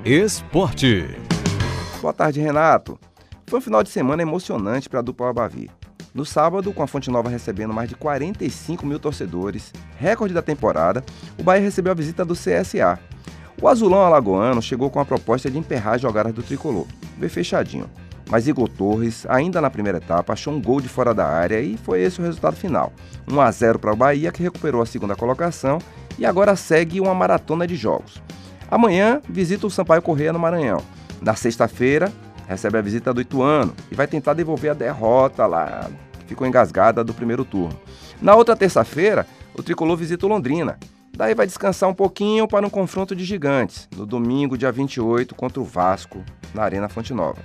Esporte. Boa tarde, Renato. Foi um final de semana emocionante para a dupla Bavi. No sábado, com a Fonte Nova recebendo mais de 45 mil torcedores, recorde da temporada, o Bahia recebeu a visita do CSA. O azulão alagoano chegou com a proposta de emperrar as jogadas do tricolor, bem fechadinho. Mas Igor Torres, ainda na primeira etapa, achou um gol de fora da área e foi esse o resultado final. 1-0 para o Bahia, que recuperou a segunda colocação e agora segue uma maratona de jogos. Amanhã visita o Sampaio Corrêa no Maranhão. Na sexta-feira, recebe a visita do Ituano e vai tentar devolver a derrota lá, que ficou engasgada do primeiro turno. Na outra terça-feira, o tricolor visita o Londrina. Daí vai descansar um pouquinho para um confronto de gigantes, no domingo, dia 28, contra o Vasco, na Arena Fonte Nova.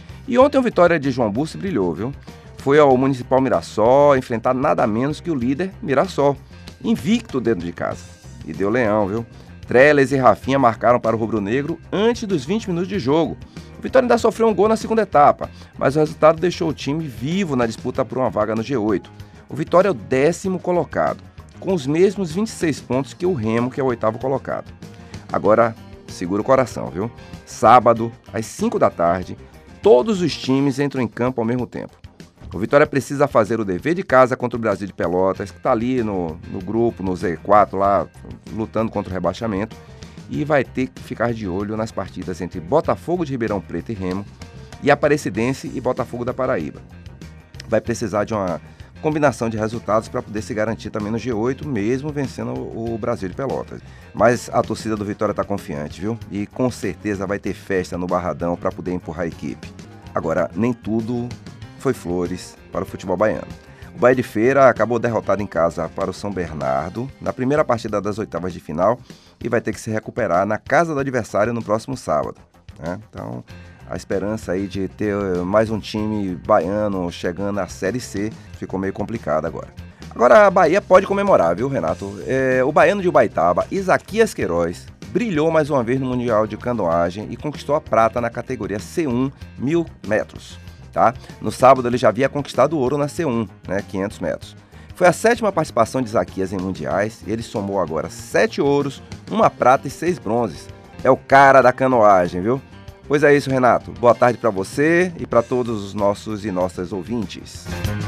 E ontem a vitória de João Bussi brilhou, viu? Foi ao Municipal Mirassol enfrentar nada menos que o líder Mirassol, invicto dentro de casa. E deu leão, viu? Trellis e Rafinha marcaram para o rubro-negro antes dos 20 minutos de jogo. O Vitória ainda sofreu um gol na segunda etapa, mas o resultado deixou o time vivo na disputa por uma vaga no G8. O Vitória é o 10º colocado, com os mesmos 26 pontos que o Remo, que é o 8º colocado. Agora, segura o coração, viu? Sábado, às 5 da tarde, todos os times entram em campo ao mesmo tempo. O Vitória precisa fazer o dever de casa contra o Brasil de Pelotas, que está ali no grupo, no Z4, lá, lutando contra o rebaixamento. E vai ter que ficar de olho nas partidas entre Botafogo de Ribeirão Preto e Remo e Aparecidense e Botafogo da Paraíba. Vai precisar de uma combinação de resultados para poder se garantir também no G8, mesmo vencendo o Brasil de Pelotas. Mas a torcida do Vitória está confiante, viu? E com certeza vai ter festa no Barradão para poder empurrar a equipe. Agora, nem tudo foi flores para o futebol baiano. O Bahia de Feira acabou derrotado em casa para o São Bernardo na primeira partida das oitavas de final e vai ter que se recuperar na casa do adversário no próximo sábado, né? Então, a esperança aí de ter mais um time baiano chegando à Série C ficou meio complicada agora. Agora a Bahia pode comemorar, viu, Renato? O baiano de Ubaitaba, Isaquias Queiroz, brilhou mais uma vez no Mundial de Canoagem e conquistou a prata na categoria C1 1000 metros. Tá? No sábado ele já havia conquistado o ouro na C1, né, 500 metros. Foi a 7ª participação de Isaquias em mundiais e ele somou agora 7 ouros, 1 prata e 6 bronzes. É o cara da canoagem, viu? Pois é isso, Renato. Boa tarde para você e para todos os nossos e nossas ouvintes.